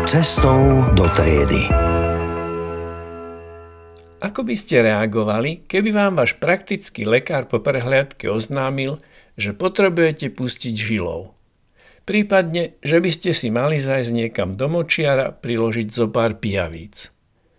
Cestou do triedy. Ako by ste reagovali, keby vám váš praktický lekár po prehliadke oznámil, že potrebujete pustiť žilou? Prípadne, že by ste si mali zájsť niekam do močiara priložiť zo pár pijavíc.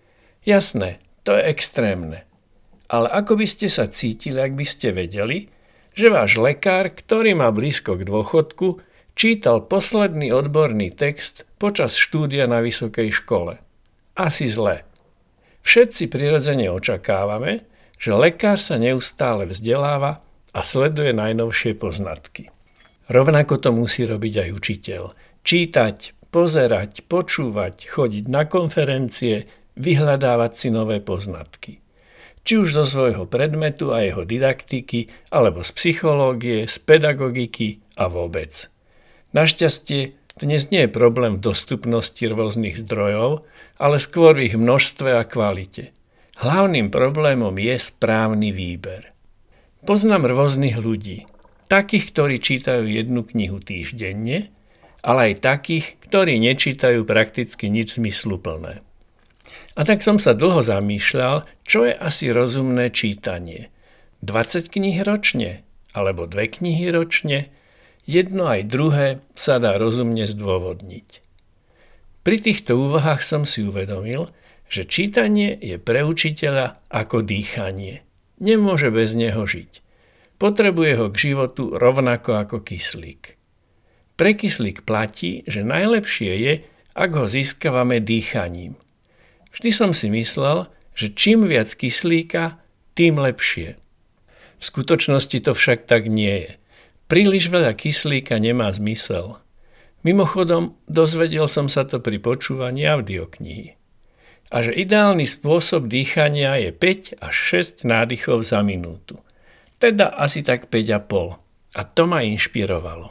Jasné, to je extrémne. Ale ako by ste sa cítili, ak by ste vedeli, že váš lekár, ktorý má blízko k dôchodku, čítal posledný odborný text počas štúdia na vysokej škole? Asi zle. Všetci prirodzene očakávame, že lekár sa neustále vzdeláva a sleduje najnovšie poznatky. Rovnako to musí robiť aj učiteľ. Čítať, pozerať, počúvať, chodiť na konferencie, vyhľadávať si nové poznatky. Či už zo svojho predmetu a jeho didaktiky, alebo z psychológie, z pedagogiky a vôbec. Našťastie dnes nie je problém v dostupnosti rôznych zdrojov, ale skôr v ich množstve a kvalite. Hlavným problémom je správny výber. Poznám rôznych ľudí, takých, ktorí čítajú jednu knihu týždenne, ale aj takých, ktorí nečítajú prakticky nič zmysluplné. A tak som sa dlho zamýšľal, čo je asi rozumné čítanie. 20 kníh ročne, alebo 2 knihy ročne? Jedno aj druhé sa dá rozumne zdôvodniť. Pri týchto úvahách som si uvedomil, že čítanie je pre učiteľa ako dýchanie. Nemôže bez neho žiť. Potrebuje ho k životu rovnako ako kyslík. Pre kyslík platí, že najlepšie je, ak ho získavame dýchaním. Vždy som si myslel, že čím viac kyslíka, tým lepšie. V skutočnosti to však tak nie je. Príliš veľa kyslíka nemá zmysel. Mimochodom, dozvedel som sa to pri počúvaní audioknihy. A že ideálny spôsob dýchania je 5 až 6 nádychov za minútu. Teda asi tak 5,5. A to ma inšpirovalo.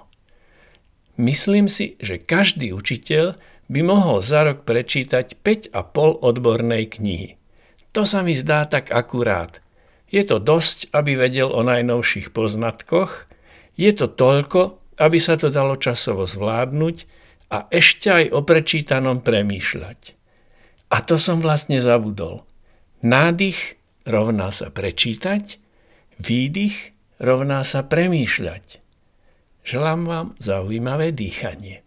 Myslím si, že každý učiteľ by mohol za rok prečítať 5,5 odbornej knihy. To sa mi zdá tak akurát. Je to dosť, aby vedel o najnovších poznatkoch, je to toľko, aby sa to dalo časovo zvládnuť a ešte aj o prečítanom premýšľať. A to som vlastne zabudol. Nádych rovná sa prečítať, výdych rovná sa premýšľať. Želám vám zaujímavé dýchanie.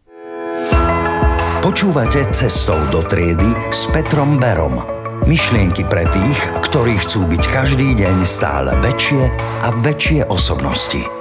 Počúvate Cestou do triedy s Petrom Berom. Myšlienky pre tých, ktorí chcú byť každý deň stále väčšie a väčšie osobnosti.